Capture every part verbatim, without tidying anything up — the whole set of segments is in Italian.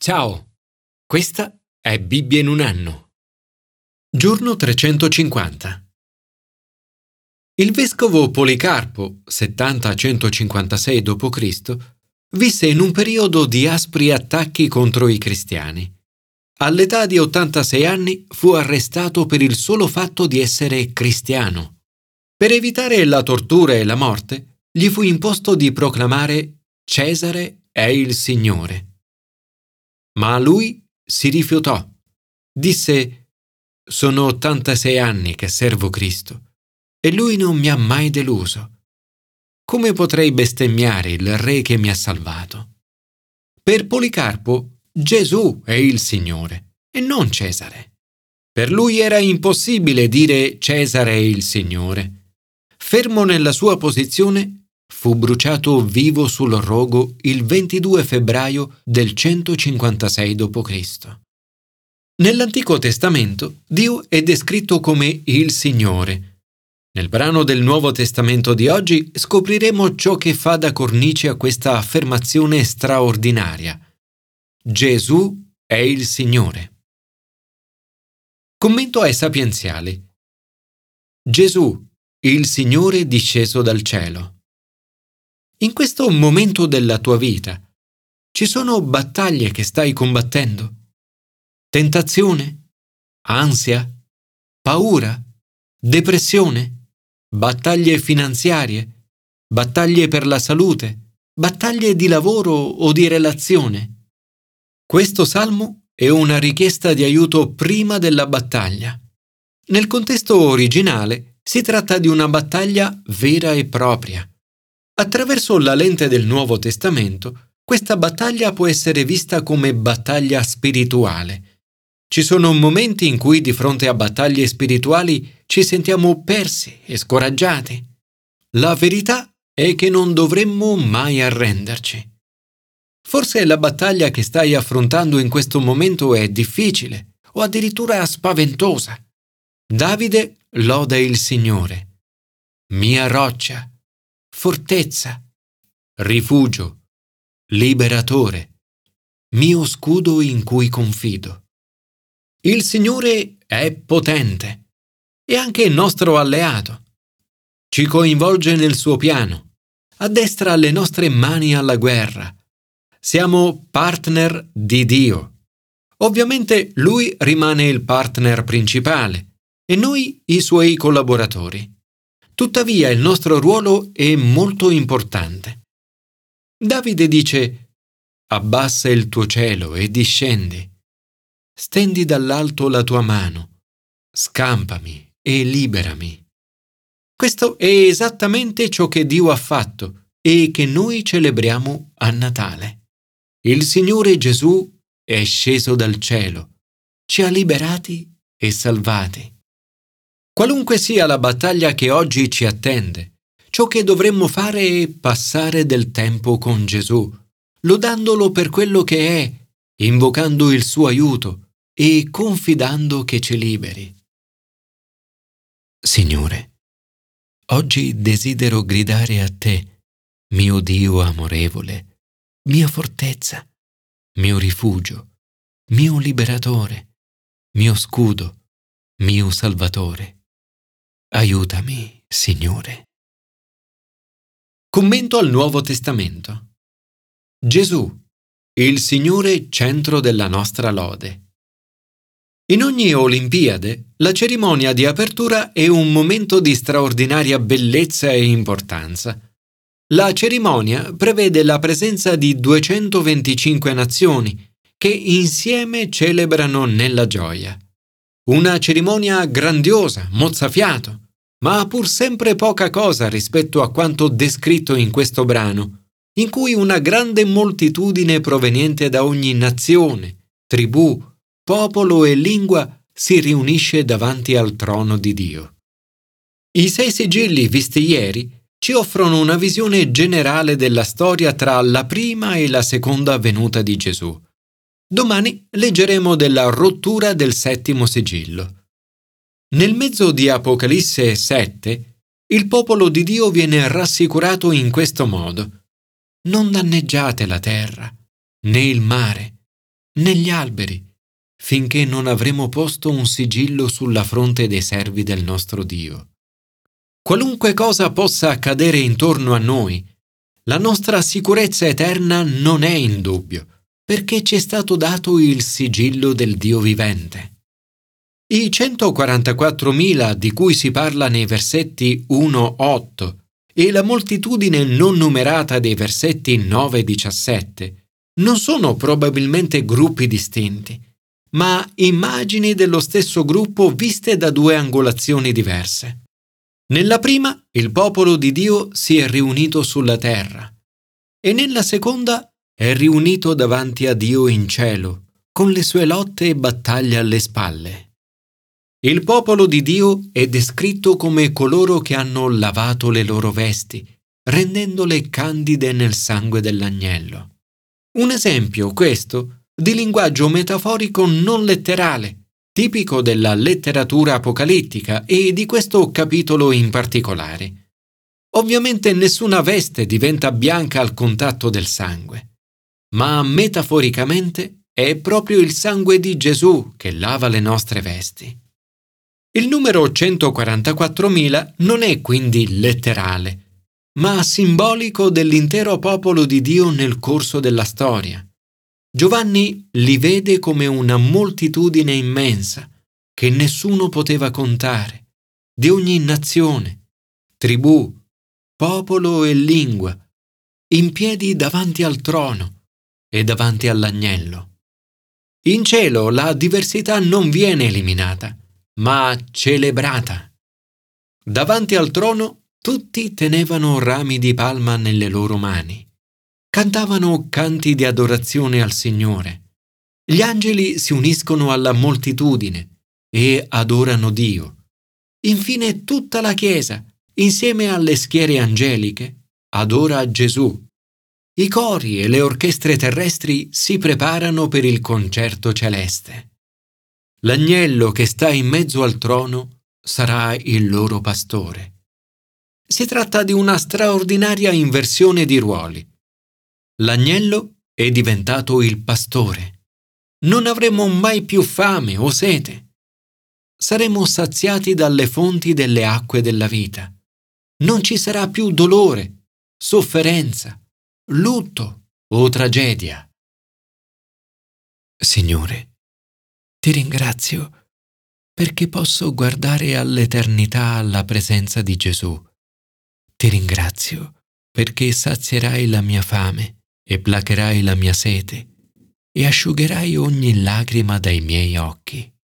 Ciao, questa è Bibbia in un anno. Giorno trecentocinquanta. Il vescovo Policarpo, settanta centocinquantasei dopo Cristo, visse in un periodo di aspri attacchi contro i cristiani. All'età di ottantasei anni fu arrestato per il solo fatto di essere cristiano. Per evitare la tortura e la morte, gli fu imposto di proclamare «Cesare è il Signore». Ma lui si rifiutò. Disse: «Sono ottantasei anni che servo Cristo e lui non mi ha mai deluso. Come potrei bestemmiare il Re che mi ha salvato?» Per Policarpo, Gesù è il Signore e non Cesare. Per lui era impossibile dire Cesare è il Signore. Fermo nella sua posizione, fu bruciato vivo sul rogo il ventidue febbraio del centocinquantasei dopo Cristo. Nell'Antico Testamento Dio è descritto come il Signore. Nel brano del Nuovo Testamento di oggi scopriremo ciò che fa da cornice a questa affermazione straordinaria. Gesù è il Signore. Commento ai sapienziali. Gesù, il Signore disceso dal cielo. In questo momento della tua vita ci sono battaglie che stai combattendo? Tentazione? Ansia? Paura? Depressione? Battaglie finanziarie? Battaglie per la salute? Battaglie di lavoro o di relazione? Questo salmo è una richiesta di aiuto prima della battaglia. Nel contesto originale si tratta di una battaglia vera e propria. Attraverso la lente del Nuovo Testamento, questa battaglia può essere vista come battaglia spirituale. Ci sono momenti in cui di fronte a battaglie spirituali ci sentiamo persi e scoraggiati. La verità è che non dovremmo mai arrenderci. Forse la battaglia che stai affrontando in questo momento è difficile o addirittura spaventosa. Davide loda il Signore. Mia roccia, fortezza, rifugio, liberatore, mio scudo in cui confido. Il Signore è potente e anche nostro alleato. Ci coinvolge nel suo piano, addestra le nostre mani alla guerra. Siamo partner di Dio. Ovviamente Lui rimane il partner principale e noi i suoi collaboratori. Tuttavia il nostro ruolo è molto importante. Davide dice: «Abbassa il tuo cielo e discendi. Stendi dall'alto la tua mano. Scampami e liberami». Questo è esattamente ciò che Dio ha fatto e che noi celebriamo a Natale. Il Signore Gesù è sceso dal cielo, ci ha liberati e salvati. Qualunque sia la battaglia che oggi ci attende, ciò che dovremmo fare è passare del tempo con Gesù, lodandolo per quello che è, invocando il suo aiuto e confidando che ci liberi. Signore, oggi desidero gridare a te, mio Dio amorevole, mia fortezza, mio rifugio, mio liberatore, mio scudo, mio salvatore. Aiutami, Signore. Commento al Nuovo Testamento. Gesù, il Signore centro della nostra lode. In ogni Olimpiade, la cerimonia di apertura è un momento di straordinaria bellezza e importanza. La cerimonia prevede la presenza di duecentoventicinque nazioni che insieme celebrano nella gioia. Una cerimonia grandiosa, mozzafiato, ma ha pur sempre poca cosa rispetto a quanto descritto in questo brano, in cui una grande moltitudine proveniente da ogni nazione, tribù, popolo e lingua si riunisce davanti al trono di Dio. I sei sigilli visti ieri ci offrono una visione generale della storia tra la prima e la seconda venuta di Gesù. Domani leggeremo della rottura del settimo sigillo. Nel mezzo di Apocalisse sette, il popolo di Dio viene rassicurato in questo modo: «Non danneggiate la terra, né il mare, negli alberi, finché non avremo posto un sigillo sulla fronte dei servi del nostro Dio. Qualunque cosa possa accadere intorno a noi, la nostra sicurezza eterna non è in dubbio, perché ci è stato dato il sigillo del Dio vivente. I centoquarantaquattromila di cui si parla nei versetti uno otto e la moltitudine non numerata dei versetti nove diciassette non sono probabilmente gruppi distinti, ma immagini dello stesso gruppo viste da due angolazioni diverse. Nella prima, il popolo di Dio si è riunito sulla terra e nella seconda è riunito davanti a Dio in cielo, con le sue lotte e battaglie alle spalle. Il popolo di Dio è descritto come coloro che hanno lavato le loro vesti, rendendole candide nel sangue dell'agnello. Un esempio, questo, di linguaggio metaforico non letterale, tipico della letteratura apocalittica e di questo capitolo in particolare. Ovviamente nessuna veste diventa bianca al contatto del sangue, ma metaforicamente è proprio il sangue di Gesù che lava le nostre vesti. Il numero centoquarantaquattromila non è quindi letterale, ma simbolico dell'intero popolo di Dio nel corso della storia. Giovanni li vede come una moltitudine immensa che nessuno poteva contare, di ogni nazione, tribù, popolo e lingua, in piedi davanti al trono e davanti all'agnello. In cielo la diversità non viene eliminata, ma celebrata. Davanti al trono tutti tenevano rami di palma nelle loro mani. Cantavano canti di adorazione al Signore. Gli angeli si uniscono alla moltitudine e adorano Dio. Infine tutta la Chiesa, insieme alle schiere angeliche, adora Gesù. I cori e le orchestre terrestri si preparano per il concerto celeste. L'agnello che sta in mezzo al trono sarà il loro pastore. Si tratta di una straordinaria inversione di ruoli. L'agnello è diventato il pastore. Non avremo mai più fame o sete. Saremo saziati dalle fonti delle acque della vita. Non ci sarà più dolore, sofferenza, lutto o tragedia. Signore, ti ringrazio perché posso guardare all'eternità alla presenza di Gesù. Ti ringrazio perché sazierai la mia fame e placherai la mia sete e asciugherai ogni lacrima dai miei occhi.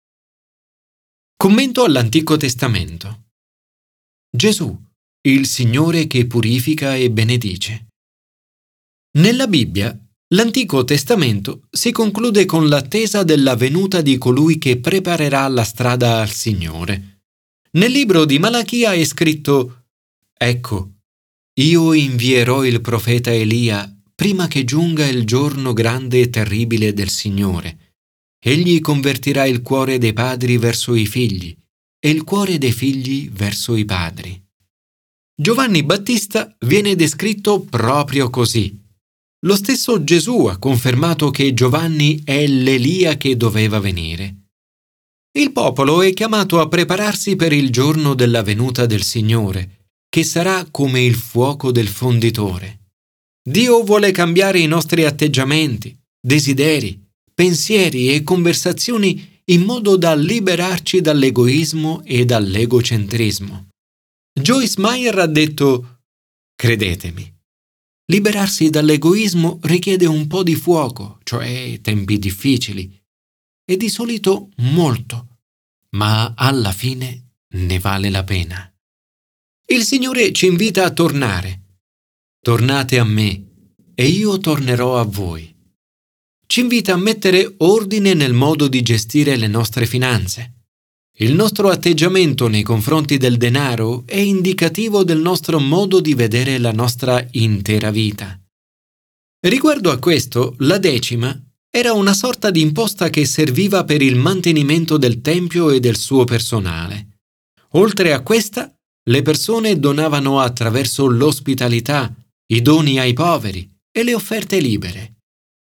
Commento all'Antico Testamento. Gesù, il Signore che purifica e benedice. Nella Bibbia, l'Antico Testamento si conclude con l'attesa della venuta di colui che preparerà la strada al Signore. Nel libro di Malachia è scritto: «Ecco, io invierò il profeta Elia prima che giunga il giorno grande e terribile del Signore. Egli convertirà il cuore dei padri verso i figli e il cuore dei figli verso i padri». Giovanni Battista viene descritto proprio così. Lo stesso Gesù ha confermato che Giovanni è l'Elia che doveva venire. Il popolo è chiamato a prepararsi per il giorno della venuta del Signore, che sarà come il fuoco del fonditore. Dio vuole cambiare i nostri atteggiamenti, desideri, pensieri e conversazioni in modo da liberarci dall'egoismo e dall'egocentrismo. Joyce Meyer ha detto: «Credetemi, liberarsi dall'egoismo richiede un po' di fuoco, cioè tempi difficili, e di solito molto, ma alla fine ne vale la pena». Il Signore ci invita a tornare. Tornate a me e io tornerò a voi. Ci invita a mettere ordine nel modo di gestire le nostre finanze. Il nostro atteggiamento nei confronti del denaro è indicativo del nostro modo di vedere la nostra intera vita. Riguardo a questo, la decima era una sorta di imposta che serviva per il mantenimento del tempio e del suo personale. Oltre a questa, le persone donavano attraverso l'ospitalità, i doni ai poveri e le offerte libere.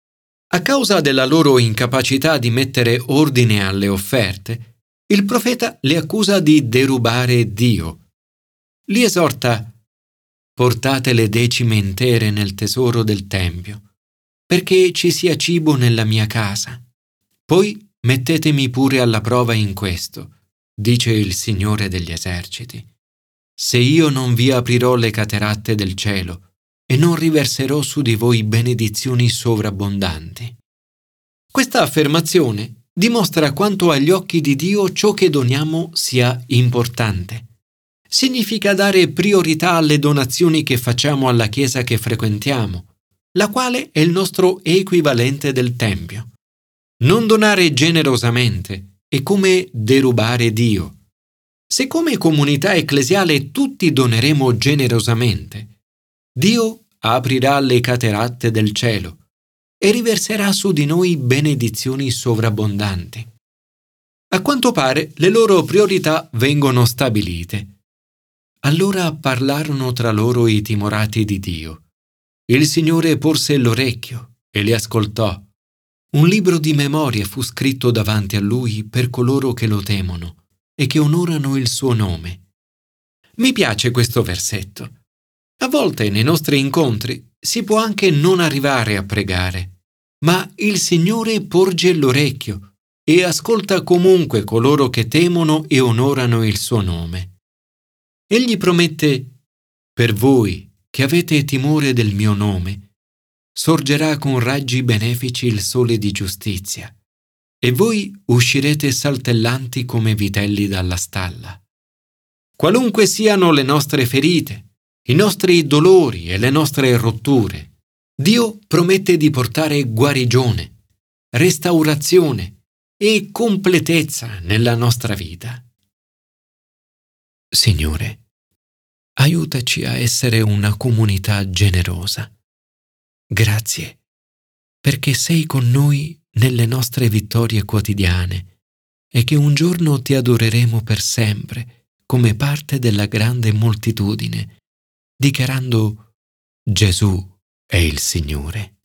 A causa della loro incapacità di mettere ordine alle offerte, il profeta le accusa di derubare Dio. Li esorta: portate le decime intere nel tesoro del tempio, perché ci sia cibo nella mia casa. Poi mettetemi pure alla prova in questo, dice il Signore degli eserciti. Se io non vi aprirò le cataratte del cielo e non riverserò su di voi benedizioni sovrabbondanti. Questa affermazione dimostra quanto agli occhi di Dio ciò che doniamo sia importante. Significa dare priorità alle donazioni che facciamo alla chiesa che frequentiamo, la quale è il nostro equivalente del Tempio. Non donare generosamente è come derubare Dio. Se come comunità ecclesiale tutti doneremo generosamente, Dio aprirà le cataratte del cielo e riverserà su di noi benedizioni sovrabbondanti. A quanto pare le loro priorità vengono stabilite. Allora parlarono tra loro i timorati di Dio. Il Signore porse l'orecchio e li ascoltò. Un libro di memorie fu scritto davanti a lui per coloro che lo temono e che onorano il suo nome. Mi piace questo versetto. A volte nei nostri incontri si può anche non arrivare a pregare, ma il Signore porge l'orecchio e ascolta comunque coloro che temono e onorano il suo nome. Egli promette: per voi che avete timore del mio nome, sorgerà con raggi benefici il sole di giustizia, e voi uscirete saltellanti come vitelli dalla stalla. Qualunque siano le nostre ferite, i nostri dolori e le nostre rotture, Dio promette di portare guarigione, restaurazione e completezza nella nostra vita. Signore, aiutaci a essere una comunità generosa. Grazie, perché sei con noi nelle nostre vittorie quotidiane e che un giorno ti adoreremo per sempre come parte della grande moltitudine, dichiarando: Gesù è il Signore.